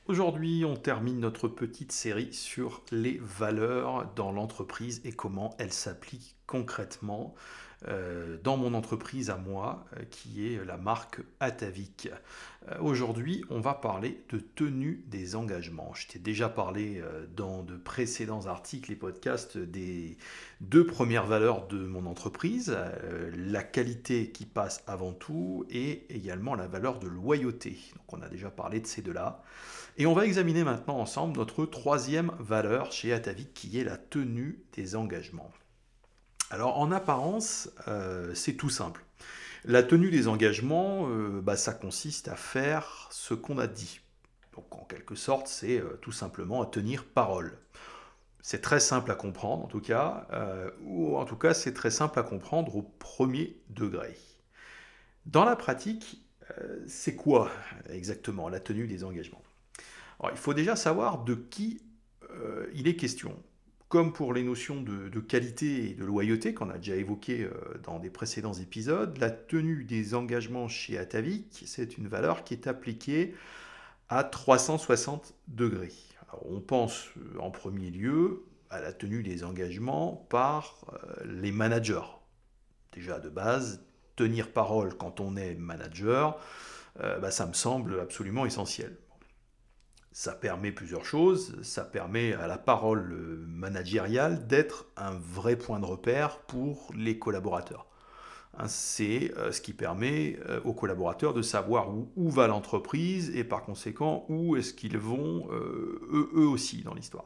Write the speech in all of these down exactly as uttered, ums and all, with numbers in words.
Aujourd'hui, on termine notre petite série sur les valeurs dans l'entreprise et comment elles s'appliquent concrètement euh, dans mon entreprise à moi, euh, qui est la marque Atavik. Euh, Aujourd'hui, on va parler de tenue des engagements. Je t'ai déjà parlé euh, dans de précédents articles et podcasts des deux premières valeurs de mon entreprise, euh, la qualité qui passe avant tout et également la valeur de loyauté. Donc on a déjà parlé de ces deux-là. Et on va examiner maintenant ensemble notre troisième valeur chez Atavik qui est la tenue des engagements. Alors en apparence, euh, c'est tout simple. La tenue des engagements, euh, bah, ça consiste à faire ce qu'on a dit. Donc en quelque sorte, c'est euh, tout simplement à tenir parole. C'est très simple à comprendre en tout cas, euh, ou en tout cas c'est très simple à comprendre au premier degré. Dans la pratique, euh, c'est quoi exactement la tenue des engagements? Alors, il faut déjà savoir de qui euh, il est question. Comme pour les notions de, de qualité et de loyauté qu'on a déjà évoquées euh, dans des précédents épisodes, la tenue des engagements chez Atavik, c'est une valeur qui est appliquée à trois cent soixante degrés. Alors, on pense euh, en premier lieu à la tenue des engagements par euh, les managers. Déjà de base, tenir parole quand on est manager, euh, bah, ça me semble absolument essentiel. Ça permet plusieurs choses. Ça permet à la parole managériale d'être un vrai point de repère pour les collaborateurs. Hein, c'est euh, ce qui permet euh, aux collaborateurs de savoir où, où va l'entreprise et par conséquent où est-ce qu'ils vont euh, eux, eux aussi dans l'histoire.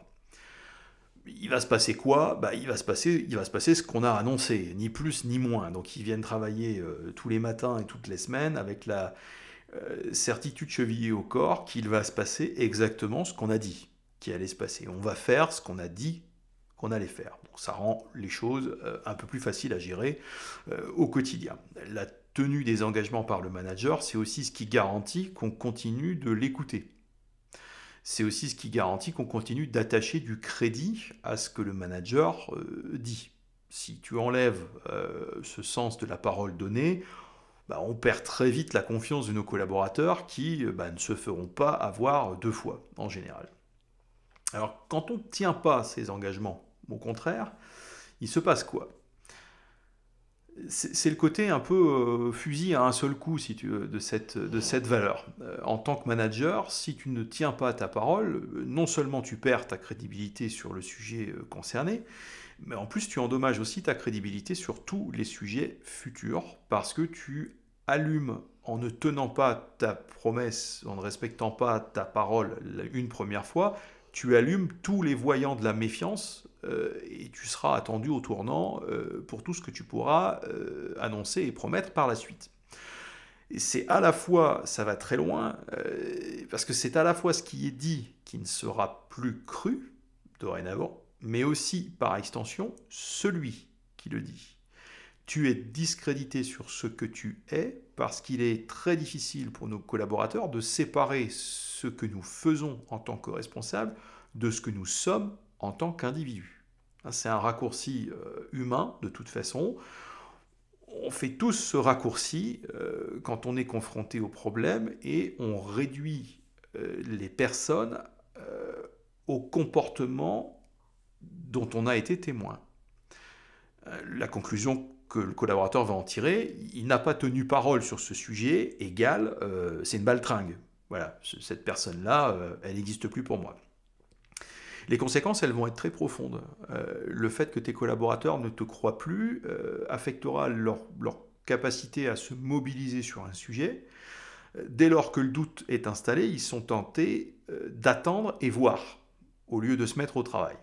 Il va se passer quoi? Bah, il va se passer, il va se passer ce qu'on a annoncé, ni plus ni moins. Donc ils viennent travailler euh, tous les matins et toutes les semaines avec la, euh, certitude chevillée au corps qu'il va se passer exactement ce qu'on a dit qui allait se passer. On va faire ce qu'on a dit qu'on allait faire. Donc ça rend les choses euh, un peu plus faciles à gérer euh, au quotidien. La tenue des engagements par le manager, c'est aussi ce qui garantit qu'on continue de l'écouter. C'est aussi ce qui garantit qu'on continue d'attacher du crédit à ce que le manager euh, dit. Si tu enlèves euh, ce sens de la parole donnée, bah, on perd très vite la confiance de nos collaborateurs qui bah, ne se feront pas avoir deux fois en général. Alors quand on ne tient pas ces engagements, au contraire, il se passe quoi? C'est le côté un peu euh, fusil à un seul coup, si tu veux, de cette, de cette valeur. Euh, en tant que manager, si tu ne tiens pas à ta parole, euh, non seulement tu perds ta crédibilité sur le sujet euh, concerné, mais en plus tu endommages aussi ta crédibilité sur tous les sujets futurs, parce que tu allumes en ne tenant pas ta promesse, en ne respectant pas ta parole une première fois, tu allumes tous les voyants de la méfiance euh, et tu seras attendu au tournant euh, pour tout ce que tu pourras euh, annoncer et promettre par la suite. Et c'est à la fois, ça va très loin, euh, parce que c'est à la fois ce qui est dit qui ne sera plus cru dorénavant, mais aussi par extension celui qui le dit. Tu es discrédité sur ce que tu es parce qu'il est très difficile pour nos collaborateurs de séparer ce que nous faisons en tant que responsables de ce que nous sommes en tant qu'individus. C'est un raccourci euh, humain de toute façon. On fait tous ce raccourci euh, quand on est confronté au problème et on réduit euh, les personnes euh, au comportement dont on a été témoin. Euh, la conclusion que le collaborateur va en tirer, il n'a pas tenu parole sur ce sujet, égal, euh, c'est une baltringue. Voilà, cette personne-là, euh, elle n'existe plus pour moi. Les conséquences, elles vont être très profondes. Euh, le fait que tes collaborateurs ne te croient plus euh, affectera leur, leur capacité à se mobiliser sur un sujet. Dès lors que le doute est installé, ils sont tentés euh, d'attendre et voir, au lieu de se mettre au travail.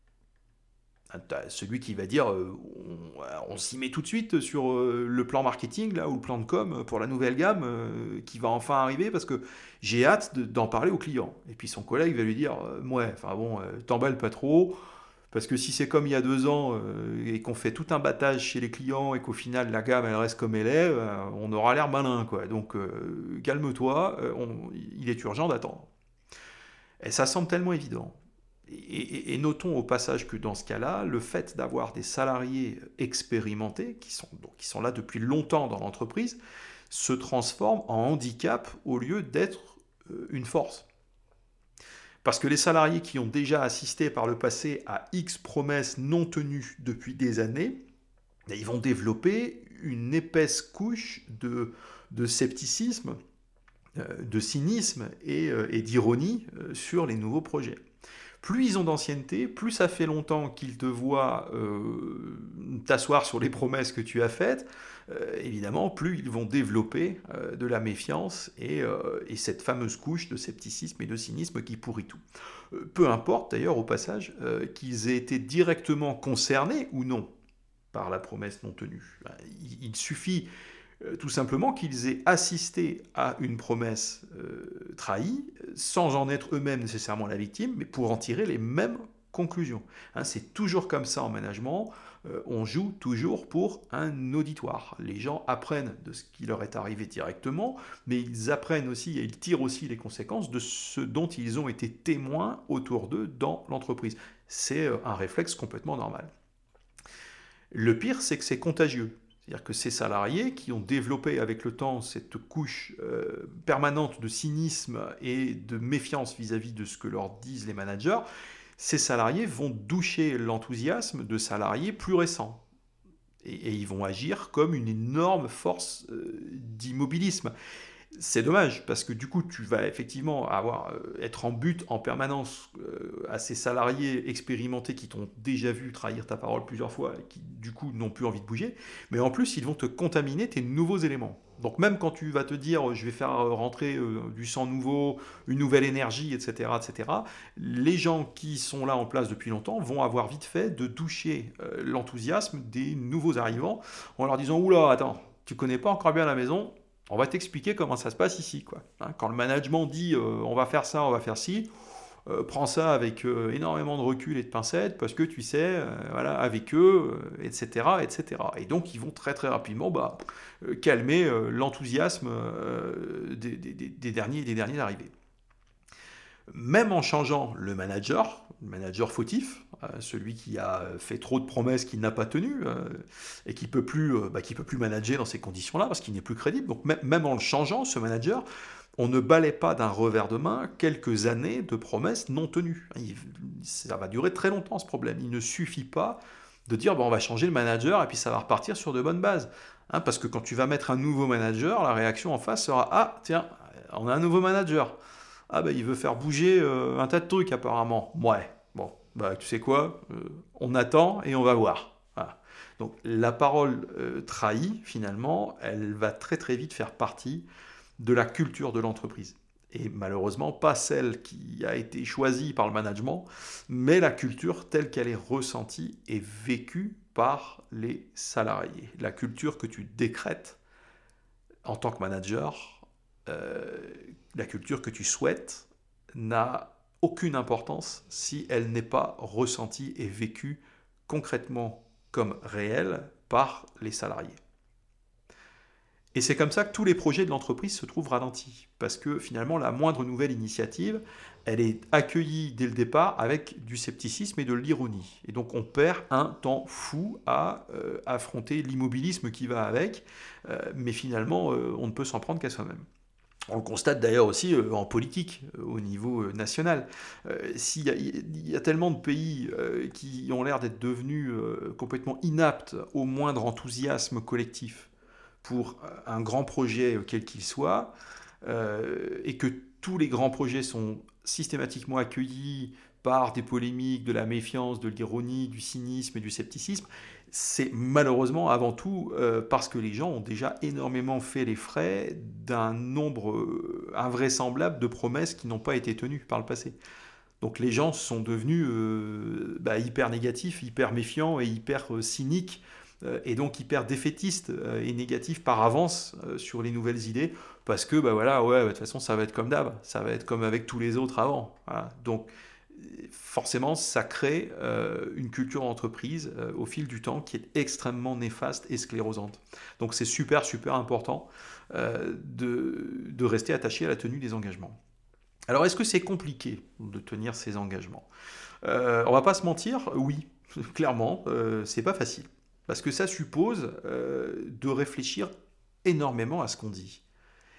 Celui qui va dire euh, on, on s'y met tout de suite sur euh, le plan marketing là, ou le plan de com pour la nouvelle gamme euh, qui va enfin arriver parce que j'ai hâte de, d'en parler au client. Et puis son collègue va lui dire euh, ouais, enfin bon, euh, t'emballes pas trop parce que si c'est comme il y a deux ans euh, et qu'on fait tout un battage chez les clients et qu'au final la gamme elle reste comme elle est, euh, on aura l'air malin quoi. Donc euh, calme-toi, euh, on, il est urgent d'attendre. Et ça semble tellement évident. Et, et, et notons au passage que dans ce cas-là, le fait d'avoir des salariés expérimentés, qui sont, donc, qui sont là depuis longtemps dans l'entreprise, se transforme en handicap au lieu d'être euh, une force. Parce que les salariés qui ont déjà assisté par le passé à X promesses non tenues depuis des années, ils vont développer une épaisse couche de, de scepticisme, euh, de cynisme et, euh, et d'ironie euh, sur les nouveaux projets. Plus ils ont d'ancienneté, plus ça fait longtemps qu'ils te voient euh, t'asseoir sur les promesses que tu as faites, euh, évidemment, plus ils vont développer euh, de la méfiance et, euh, et cette fameuse couche de scepticisme et de cynisme qui pourrit tout. Euh, peu importe d'ailleurs au passage euh, qu'ils aient été directement concernés ou non par la promesse non tenue. Il, il suffit euh, tout simplement qu'ils aient assisté à une promesse euh, trahie, sans en être eux-mêmes nécessairement la victime, mais pour en tirer les mêmes conclusions. Hein, c'est toujours comme ça en management, euh, on joue toujours pour un auditoire. Les gens apprennent de ce qui leur est arrivé directement, mais ils apprennent aussi et ils tirent aussi les conséquences de ce dont ils ont été témoins autour d'eux dans l'entreprise. C'est euh, un réflexe complètement normal. Le pire, c'est que c'est contagieux. C'est-à-dire que ces salariés qui ont développé avec le temps cette couche euh, permanente de cynisme et de méfiance vis-à-vis de ce que leur disent les managers, ces salariés vont doucher l'enthousiasme de salariés plus récents. Et, et ils vont agir comme une énorme force euh, d'immobilisme. C'est dommage, parce que du coup, tu vas effectivement avoir, euh, être en but en permanence euh, à ces salariés expérimentés qui t'ont déjà vu trahir ta parole plusieurs fois et qui, du coup, n'ont plus envie de bouger. Mais en plus, ils vont te contaminer tes nouveaux éléments. Donc même quand tu vas te dire, je vais faire rentrer euh, du sang nouveau, une nouvelle énergie, et cetera, et cetera, les gens qui sont là en place depuis longtemps vont avoir vite fait de doucher euh, l'enthousiasme des nouveaux arrivants en leur disant, oula, attends, tu connais pas encore bien la maison, on va t'expliquer comment ça se passe ici, quoi. Hein, quand le management dit euh, on va faire ça, on va faire ci, euh, prends ça avec euh, énormément de recul et de pincettes parce que tu sais, euh, voilà, avec eux, euh, et cetera, et cetera. Et donc ils vont très très rapidement bah, euh, calmer euh, l'enthousiasme euh, des, des, des, derniers, des derniers arrivés. Même en changeant le manager, le manager fautif, euh, celui qui a fait trop de promesses qu'il n'a pas tenues euh, et qui peut plus, euh, bah, qui peut plus manager dans ces conditions-là parce qu'il n'est plus crédible. Donc même, même en le changeant, ce manager, on ne balaie pas d'un revers de main quelques années de promesses non tenues. Il, ça va durer très longtemps ce problème. Il ne suffit pas de dire bon, on va changer le manager et puis ça va repartir sur de bonnes bases. Hein, parce que quand tu vas mettre un nouveau manager, la réaction en face sera ah tiens, on a un nouveau manager. Ah bah il veut faire bouger euh, un tas de trucs apparemment. Ouais, bon, bah tu sais quoi, euh, on attend et on va voir. Voilà. Donc la parole euh, trahie, finalement, elle va très très vite faire partie de la culture de l'entreprise. Et malheureusement, pas celle qui a été choisie par le management, mais la culture telle qu'elle est ressentie et vécue par les salariés. La culture que tu décrètes en tant que manager, euh, la culture que tu souhaites n'a aucune importance si elle n'est pas ressentie et vécue concrètement comme réelle par les salariés. Et c'est comme ça que tous les projets de l'entreprise se trouvent ralentis, parce que finalement la moindre nouvelle initiative, elle est accueillie dès le départ avec du scepticisme et de l'ironie. Et donc on perd un temps fou à euh, affronter l'immobilisme qui va avec, euh, mais finalement euh, on ne peut s'en prendre qu'à soi-même. On le constate d'ailleurs aussi euh, en politique, euh, au niveau euh, national. Euh, S'il y, y, y a tellement de pays euh, qui ont l'air d'être devenus euh, complètement inaptes au moindre enthousiasme collectif pour un grand projet euh, quel qu'il soit, euh, et que tous les grands projets sont systématiquement accueillis par des polémiques, de la méfiance, de l'ironie, du cynisme et du scepticisme, c'est malheureusement avant tout euh, parce que les gens ont déjà énormément fait les frais d'un nombre euh, invraisemblable de promesses qui n'ont pas été tenues par le passé. Donc les gens sont devenus euh, bah, hyper négatifs, hyper méfiants et hyper euh, cyniques euh, et donc hyper défaitistes euh, et négatifs par avance euh, sur les nouvelles idées parce que bah voilà ouais de toute façon ça va être comme d'hab, ça va être comme avec tous les autres avant. Voilà. Donc forcément, ça crée euh, une culture d'entreprise euh, au fil du temps qui est extrêmement néfaste et sclérosante. Donc c'est super, super important euh, de, de rester attaché à la tenue des engagements. Alors est-ce que c'est compliqué de tenir ces engagements ? euh, On va pas se mentir, oui, clairement, euh, c'est pas facile. Parce que ça suppose euh, de réfléchir énormément à ce qu'on dit.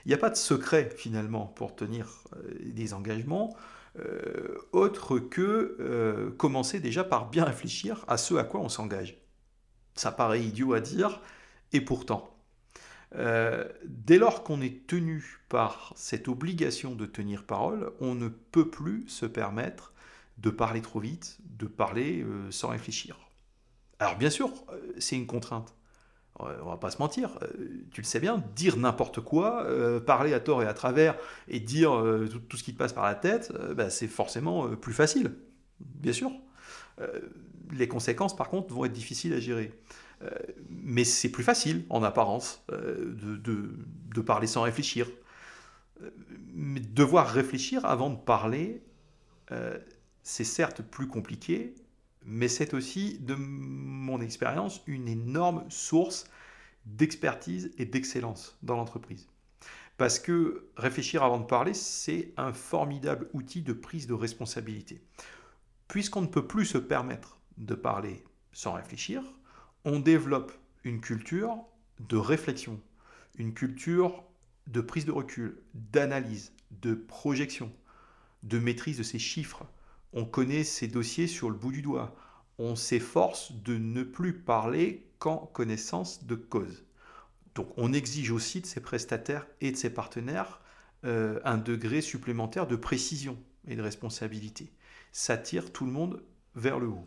Il n'y a pas de secret finalement pour tenir euh, des engagements, euh, autre que euh, commencer déjà par bien réfléchir à ce à quoi on s'engage. Ça paraît idiot à dire, et pourtant. Euh, dès lors qu'on est tenu par cette obligation de tenir parole, on ne peut plus se permettre de parler trop vite, de parler euh, sans réfléchir. Alors bien sûr, euh, c'est une contrainte. Euh, On va pas se mentir, euh, tu le sais bien, dire n'importe quoi, euh, parler à tort et à travers et dire euh, tout, tout ce qui te passe par la tête, euh, bah, c'est forcément euh, plus facile, bien sûr. Euh, les conséquences, par contre, vont être difficiles à gérer. Euh, mais c'est plus facile, en apparence, euh, de, de- de parler sans réfléchir. Euh, Mais devoir réfléchir avant de parler, euh, c'est certes plus compliqué, mais c'est aussi, de mon expérience, une énorme source d'expertise et d'excellence dans l'entreprise. Parce que réfléchir avant de parler, c'est un formidable outil de prise de responsabilité. Puisqu'on ne peut plus se permettre de parler sans réfléchir, on développe une culture de réflexion, une culture de prise de recul, d'analyse, de projection, de maîtrise de ses chiffres. On connaît ses dossiers sur le bout du doigt. On s'efforce de ne plus parler qu'en connaissance de cause. Donc on exige aussi de ses prestataires et de ses partenaires euh, un degré supplémentaire de précision et de responsabilité. Ça tire tout le monde vers le haut.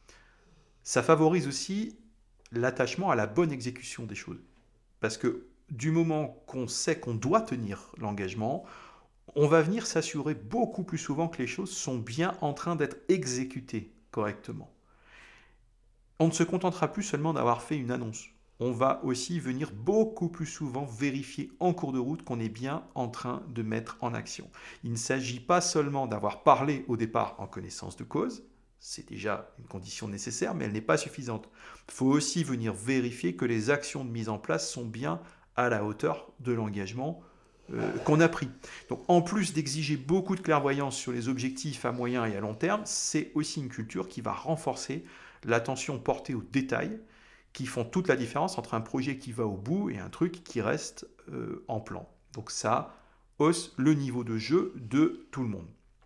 Ça favorise aussi l'attachement à la bonne exécution des choses. Parce que du moment qu'on sait qu'on doit tenir l'engagement, on va venir s'assurer beaucoup plus souvent que les choses sont bien en train d'être exécutées correctement. On ne se contentera plus seulement d'avoir fait une annonce. On va aussi venir beaucoup plus souvent vérifier en cours de route qu'on est bien en train de mettre en action. Il ne s'agit pas seulement d'avoir parlé au départ en connaissance de cause, c'est déjà une condition nécessaire, mais elle n'est pas suffisante. Il faut aussi venir vérifier que les actions de mise en place sont bien à la hauteur de l'engagement euh, qu'on a pris. Donc en plus d'exiger beaucoup de clairvoyance sur les objectifs à moyen et à long terme, c'est aussi une culture qui va renforcer l'attention portée aux détails qui font toute la différence entre un projet qui va au bout et un truc qui reste euh, en plan. Donc ça hausse le niveau de jeu de tout le monde.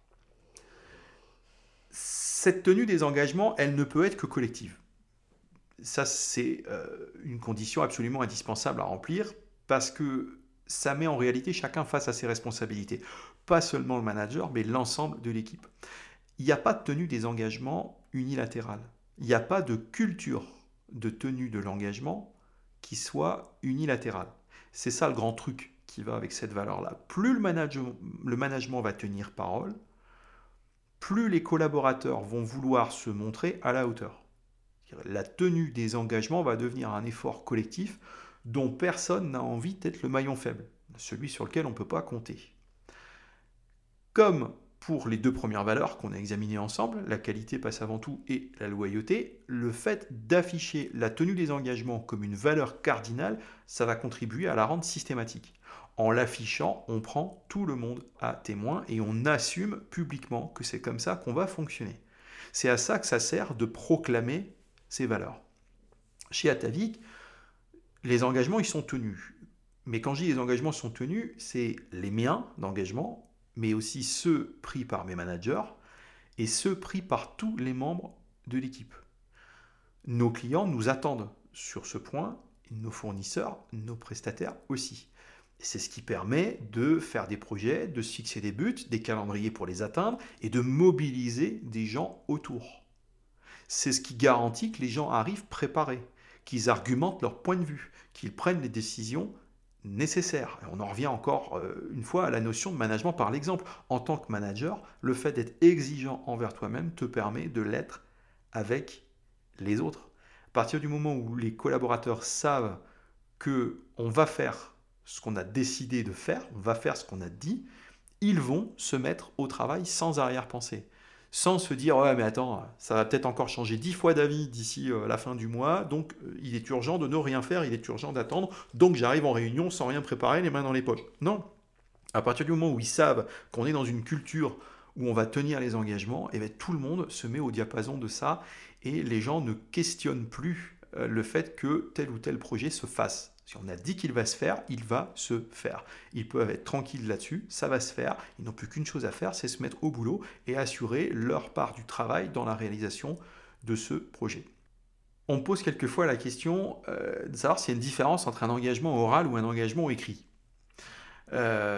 Cette tenue des engagements, elle ne peut être que collective. Ça, c'est euh, une condition absolument indispensable à remplir parce que ça met en réalité chacun face à ses responsabilités. Pas seulement le manager, mais l'ensemble de l'équipe. Il n'y a pas de tenue des engagements unilatérale. Il n'y a pas de culture de tenue de l'engagement qui soit unilatérale. C'est ça le grand truc qui va avec cette valeur-là. Plus le management, le management va tenir parole, plus les collaborateurs vont vouloir se montrer à la hauteur. La tenue des engagements va devenir un effort collectif dont personne n'a envie d'être le maillon faible, celui sur lequel on ne peut pas compter. Comme pour les deux premières valeurs qu'on a examinées ensemble, la qualité passe avant tout et la loyauté, le fait d'afficher la tenue des engagements comme une valeur cardinale, ça va contribuer à la rendre systématique. En l'affichant, on prend tout le monde à témoin et on assume publiquement que c'est comme ça qu'on va fonctionner. C'est à ça que ça sert de proclamer ces valeurs. Chez Atavik, les engagements, ils sont tenus. Mais quand je dis les engagements sont tenus, c'est les miens d'engagement, mais aussi ceux pris par mes managers et ceux pris par tous les membres de l'équipe. Nos clients nous attendent sur ce point, nos fournisseurs, nos prestataires aussi. C'est ce qui permet de faire des projets, de se fixer des buts, des calendriers pour les atteindre et de mobiliser des gens autour. C'est ce qui garantit que les gens arrivent préparés, qu'ils argumentent leur point de vue, qu'ils prennent les décisions nécessaires. Et on en revient encore euh, une fois à la notion de management par l'exemple. En tant que manager, le fait d'être exigeant envers toi-même te permet de l'être avec les autres. À partir du moment où les collaborateurs savent qu'on va faire ce qu'on a décidé de faire, on va faire ce qu'on a dit, ils vont se mettre au travail sans arrière-pensée. Sans se dire, ouais mais attends, ça va peut-être encore changer dix fois d'avis d'ici euh, la fin du mois, donc euh, il est urgent de ne rien faire, il est urgent d'attendre, donc j'arrive en réunion sans rien préparer, les mains dans les poches. Non, à partir du moment où ils savent qu'on est dans une culture où on va tenir les engagements, et bien tout le monde se met au diapason de ça, et les gens ne questionnent plus euh, le fait que tel ou tel projet se fasse. Si on a dit qu'il va se faire, il va se faire. Ils peuvent être tranquilles là-dessus, ça va se faire. Ils n'ont plus qu'une chose à faire, c'est se mettre au boulot et assurer leur part du travail dans la réalisation de ce projet. On pose quelquefois la question euh, de savoir s'il y a une différence entre un engagement oral ou un engagement écrit. Euh,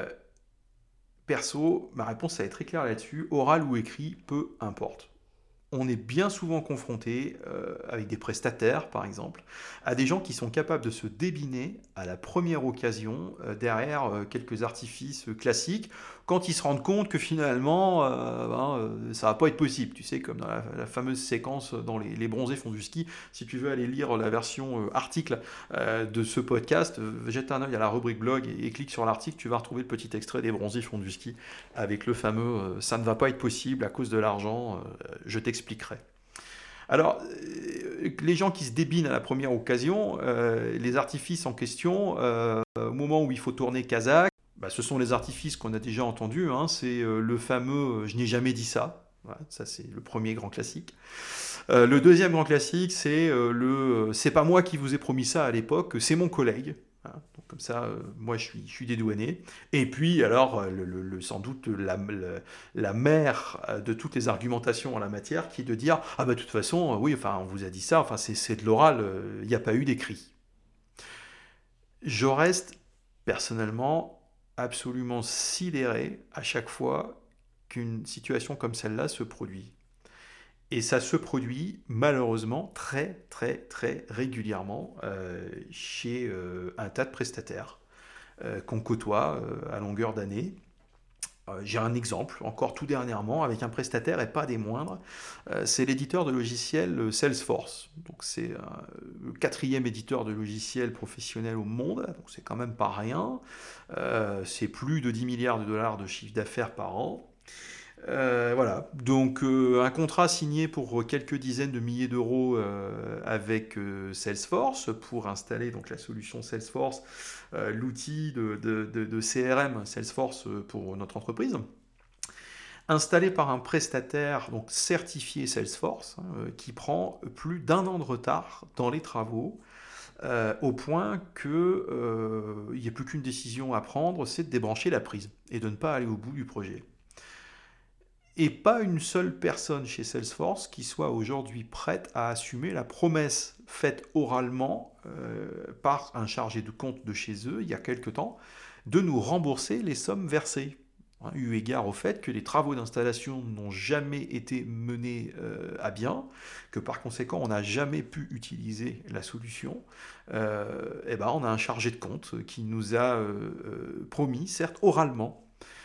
perso, ma réponse, ça va être très claire là-dessus. Oral ou écrit, peu importe. On est bien souvent confronté, euh, avec des prestataires par exemple, à des gens qui sont capables de se débiner à la première occasion euh, derrière euh, quelques artifices euh, classiques, quand ils se rendent compte que finalement euh, ben, euh, ça va pas être possible. Tu sais, comme dans la, la fameuse séquence dans les, les bronzés font du ski, si tu veux aller lire la version euh, article euh, de ce podcast, euh, jette un œil à la rubrique blog et, et clique sur l'article, tu vas retrouver le petit extrait des bronzés font du ski avec le fameux euh, ça ne va pas être possible à cause de l'argent, euh, je t'expliquerai. Alors, euh, les gens qui se débinent à la première occasion, euh, les artifices en question, euh, au moment où il faut tourner Kazakh, bah, ce sont les artifices qu'on a déjà entendus, hein, c'est euh, le fameux euh, je n'ai jamais dit ça. Voilà, ça, c'est le premier grand classique. Euh, le deuxième grand classique, c'est euh, le euh, c'est pas moi qui vous ai promis ça à l'époque, c'est mon collègue. Voilà, donc comme ça, euh, moi je suis, je suis dédouané. Et puis, alors, euh, le, le- le- sans doute la, le- la mère euh, de toutes les argumentations en la matière, qui est de dire ah bah de toute façon, euh, oui, enfin on vous a dit ça, enfin c'est c'est de l'oral, euh, il n'y a pas eu d'écrit. Je reste personnellement absolument sidéré à chaque fois qu'une situation comme celle-là se produit. Et ça se produit malheureusement très très très régulièrement euh, chez euh, un tas de prestataires euh, qu'on côtoie euh, à longueur d'année. Euh, J'ai un exemple, encore tout dernièrement, avec un prestataire et pas des moindres. Euh, c'est l'éditeur de logiciels euh, Salesforce. Donc c'est euh, le quatrième éditeur de logiciels professionnel au monde, donc c'est quand même pas rien. Euh, c'est plus de dix milliards de dollars de chiffre d'affaires par an. Euh, voilà, donc euh, un contrat signé pour quelques dizaines de milliers d'euros euh, avec euh, Salesforce pour installer donc la solution Salesforce, euh, l'outil de, de- de- de C R M Salesforce euh, pour notre entreprise, installé par un prestataire donc certifié Salesforce, hein, euh, qui prend plus d'un an de retard dans les travaux, euh, au point qu'il n'y a plus qu'une décision à prendre, c'est de débrancher la prise et de ne pas aller au bout du projet. Et pas une seule personne chez Salesforce qui soit aujourd'hui prête à assumer la promesse faite oralement euh, par un chargé de compte de chez eux il y a quelque temps de nous rembourser les sommes versées. Hein, eu égard au fait que les travaux d'installation n'ont jamais été menés euh, à bien, que par conséquent on n'a jamais pu utiliser la solution, euh, et ben on a un chargé de compte qui nous a euh, euh, promis, certes oralement,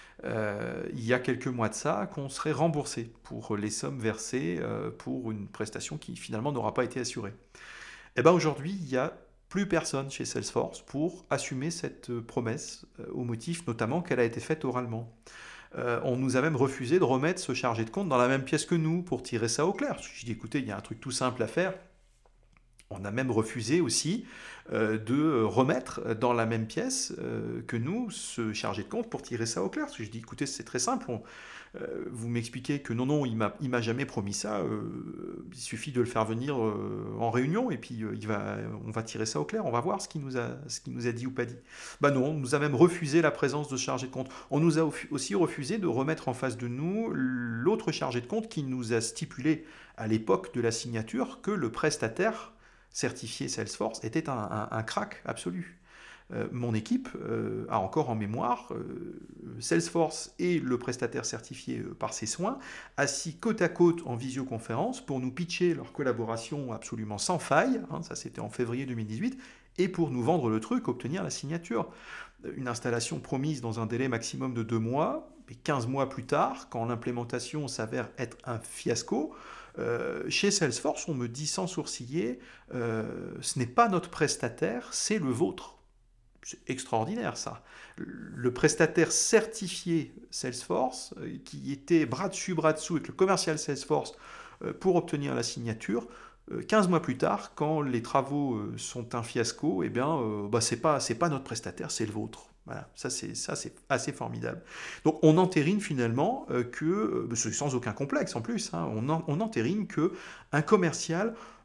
euh, il y a quelques mois de ça, qu'on serait remboursé pour les sommes versées euh, pour une prestation qui finalement n'aura pas été assurée. Et bien aujourd'hui, il n'y a plus personne chez Salesforce pour assumer cette euh, promesse, euh, au motif notamment qu'elle a été faite oralement. Euh, on nous a même refusé de remettre ce chargé de compte dans la même pièce que nous pour tirer ça au clair. Je dis écoutez, il y a un truc tout simple à faire. On a même refusé aussi euh, de remettre dans la même pièce euh, que nous ce chargé de compte pour tirer ça au clair. Parce que je dis, écoutez, c'est très simple. On- euh, vous m'expliquez que non, non, il m'a, il m'a jamais promis ça. Euh, il suffit de le faire venir euh, en réunion et puis euh, il va, on va tirer ça au clair. On va voir ce qu'il nous a, ce qu'il nous a dit ou pas dit. Bah non, on nous a même refusé la présence de ce chargé de compte. On nous a aussi refusé de remettre en face de nous l'autre chargé de compte qui nous a stipulé à l'époque de la signature que le prestataire certifié Salesforce était un, un, un crack absolu. Euh, mon équipe euh, a encore en mémoire euh, Salesforce et le prestataire certifié euh, par ses soins, assis côte à côte en visioconférence pour nous pitcher leur collaboration absolument sans faille, hein, ça c'était en février deux mille dix-huit, et pour nous vendre le truc, obtenir la signature. Une installation promise dans un délai maximum de deux mois, mais quinze mois plus tard, quand l'implémentation s'avère être un fiasco, euh, chez Salesforce, on me dit sans sourciller, euh, ce n'est pas notre prestataire, c'est le vôtre. C'est extraordinaire ça. Le prestataire certifié Salesforce, euh, qui était bras dessus, bras dessous avec le commercial Salesforce euh, pour obtenir la signature, euh, quinze mois plus tard, quand les travaux euh, sont un fiasco, eh bien, euh, bah, c'est pas, c'est pas notre prestataire, c'est le vôtre. Voilà, ça c'est, ça c'est assez formidable. Donc on entérine finalement euh, que, euh, c'est sans aucun complexe en plus, hein, on, en- on entérine que un commercial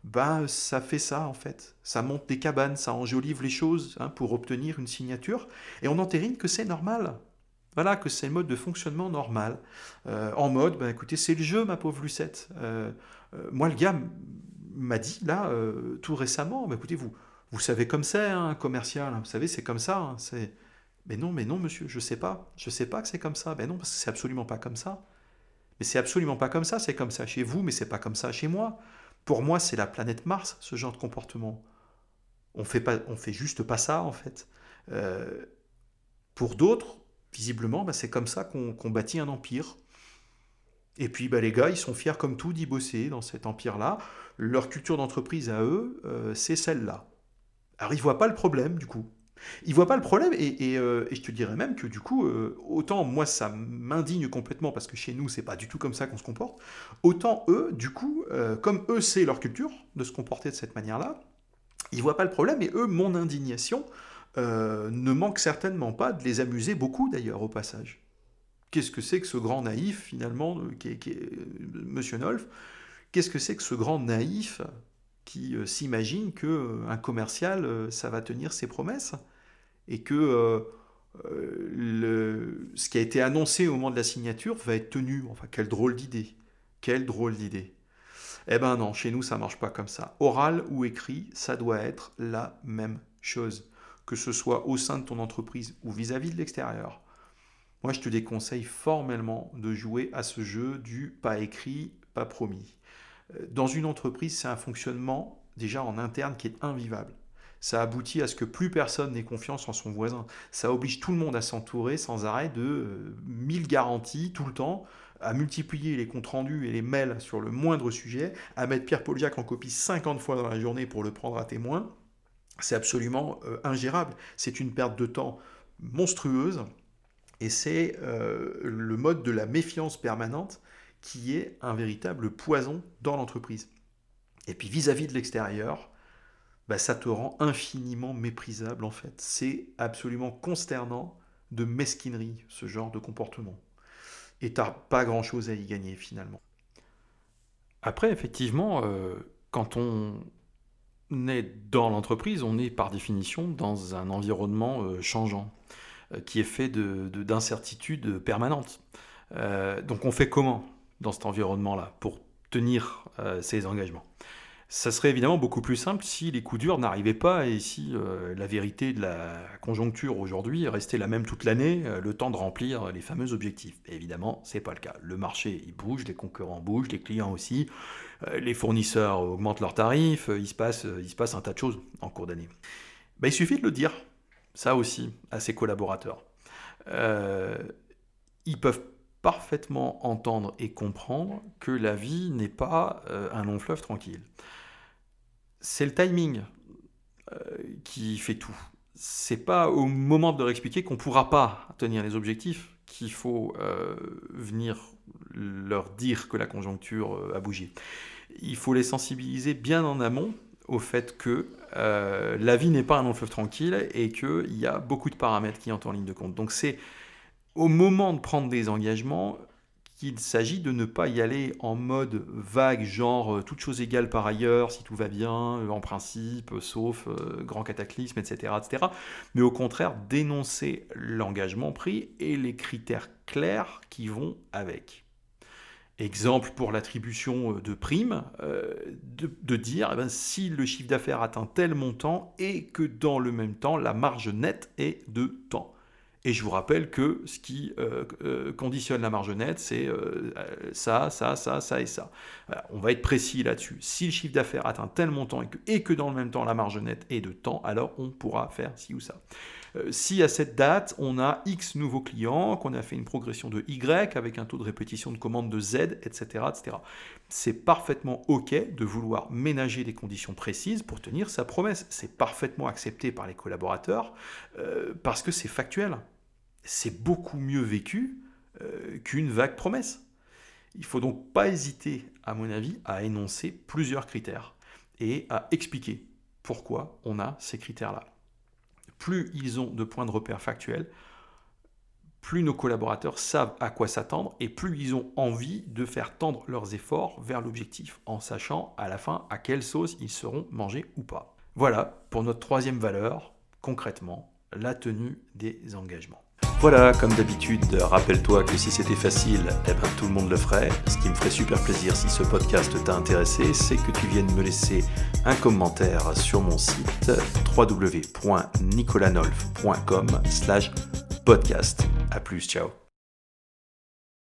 ben, ça fait ça en fait. Ça monte des cabanes, ça enjolive les choses hein, pour obtenir une signature. Et on entérine que c'est normal. Voilà, que c'est le mode de fonctionnement normal. Euh, en mode, ben, écoutez, c'est le jeu, ma pauvre Lucette. Euh, euh, moi, le gars m- m'a dit, là, euh, tout récemment, ben, écoutez, vous, vous savez comme c'est, hein, un commercial, hein, vous savez, c'est comme ça. Hein, c'est... Mais non, mais non, monsieur, je sais pas. Je sais pas que c'est comme ça. Ben non, parce que c'est absolument pas comme ça. Mais c'est absolument pas comme ça. C'est comme ça chez vous, mais c'est pas comme ça chez moi. Pour moi, c'est la planète Mars, ce genre de comportement. On fait pas, on fait juste pas ça, en fait. Euh, pour d'autres, visiblement, bah, c'est comme ça qu'on qu'on bâtit un empire. Et puis bah, les gars, ils sont fiers comme tout d'y bosser dans cet empire-là. Leur culture d'entreprise à eux, euh, c'est celle-là. Alors ils voient pas le problème, du coup. Ils voient pas le problème, et, et, euh, et je te dirais même que du coup, euh, autant moi ça m'indigne complètement parce que chez nous c'est pas du tout comme ça qu'on se comporte, autant eux, du coup, euh, comme eux c'est leur culture de se comporter de cette manière-là, ils voient pas le problème, et eux, mon indignation euh, ne manque certainement pas de les amuser beaucoup d'ailleurs au passage. Qu'est-ce que c'est que ce grand naïf finalement, euh, qui est, qui est, euh, Monsieur Nolf? Qu'est-ce que c'est que ce grand naïf qui euh, s'imagine que euh, un commercial, euh, ça va tenir ses promesses et que euh, euh, le, ce qui a été annoncé au moment de la signature va être tenu. Enfin, quelle drôle d'idée. Quelle drôle d'idée. Eh ben non, chez nous, ça marche pas comme ça. Oral ou écrit, ça doit être la même chose. Que ce soit au sein de ton entreprise ou vis-à-vis de l'extérieur. Moi, je te déconseille formellement de jouer à ce jeu du pas écrit, pas promis. Euh, Dans une entreprise, c'est un fonctionnement déjà en interne qui est invivable. Ça aboutit à ce que plus personne n'ait confiance en son voisin. Ça oblige tout le monde à s'entourer sans arrêt de euh, mille garanties tout le temps, à multiplier les comptes rendus et les mails sur le moindre sujet, à mettre Pierre Poljac en copie cinquante fois dans la journée pour le prendre à témoin. C'est absolument euh, ingérable. C'est une perte de temps monstrueuse, et c'est euh, le mode de la méfiance permanente qui est un véritable poison dans l'entreprise. Et puis vis-à-vis de l'extérieur, bah, ça te rend infiniment méprisable en fait. C'est absolument consternant de mesquinerie, ce genre de comportement. Et t'as pas grand-chose à y gagner finalement. Après, effectivement, euh, quand on est dans l'entreprise, on est par définition dans un environnement euh, changeant, euh, qui est fait de, de- d'incertitudes permanentes. Euh, donc on fait comment dans cet environnement-là pour tenir euh, ses engagements? Ça serait évidemment beaucoup plus simple si les coups durs n'arrivaient pas et si euh, la vérité de la conjoncture aujourd'hui restait la même toute l'année, euh, le temps de remplir les fameux objectifs. Et évidemment, c'est pas le cas. Le marché, il bouge, les concurrents bougent, les clients aussi, euh, les fournisseurs augmentent leurs tarifs, euh, il se passe, euh, il se passe un tas de choses en cours d'année. Ben, il suffit de le dire, ça aussi, à ses collaborateurs. Euh, Ils peuvent parfaitement entendre et comprendre que la vie n'est pas euh, un long fleuve tranquille. C'est le timing euh, qui fait tout. C'est pas au moment de leur expliquer qu'on pourra pas tenir les objectifs qu'il faut euh, venir leur dire que la conjoncture euh, a bougé. Il faut les sensibiliser bien en amont au fait que euh, la vie n'est pas un long fleuve tranquille et qu'il y a beaucoup de paramètres qui entrent en ligne de compte. Donc c'est au moment de prendre des engagements qu'il s'agit de ne pas y aller en mode vague, genre euh, toute chose égale par ailleurs, si tout va bien, euh, en principe, euh, sauf euh, grand cataclysme, et cetera, et cetera. Mais au contraire, dénoncer l'engagement pris et les critères clairs qui vont avec. Exemple pour l'attribution euh, de primes, euh, de, de dire eh ben, si le chiffre d'affaires atteint tel montant et que dans le même temps, la marge nette est de temps. Et je vous rappelle que ce qui euh, euh, conditionne la marge nette, c'est euh, ça, ça, ça, ça et ça. Voilà, on va être précis là-dessus. Si le chiffre d'affaires atteint tel montant et que, et que dans le même temps la marge nette est de temps, alors on pourra faire ci ou ça. Euh, si à cette date, on a X nouveaux clients, qu'on a fait une progression de Y avec un taux de répétition de commande de Z, et cetera, et cetera. C'est parfaitement OK de vouloir ménager des conditions précises pour tenir sa promesse. C'est parfaitement accepté par les collaborateurs euh, parce que c'est factuel. C'est beaucoup mieux vécu euh, qu'une vague promesse. Il ne faut donc pas hésiter, à mon avis, à énoncer plusieurs critères et à expliquer pourquoi on a ces critères-là. Plus ils ont de points de repère factuels, plus nos collaborateurs savent à quoi s'attendre et plus ils ont envie de faire tendre leurs efforts vers l'objectif, en sachant à la fin à quelle sauce ils seront mangés ou pas. Voilà pour notre troisième valeur, concrètement, la tenue des engagements. Voilà, comme d'habitude, rappelle-toi que si c'était facile, eh ben, tout le monde le ferait. Ce qui me ferait super plaisir si ce podcast t'a intéressé, c'est que tu viennes me laisser un commentaire sur mon site w w w point nicolas nolf point com slash podcast. A plus, ciao.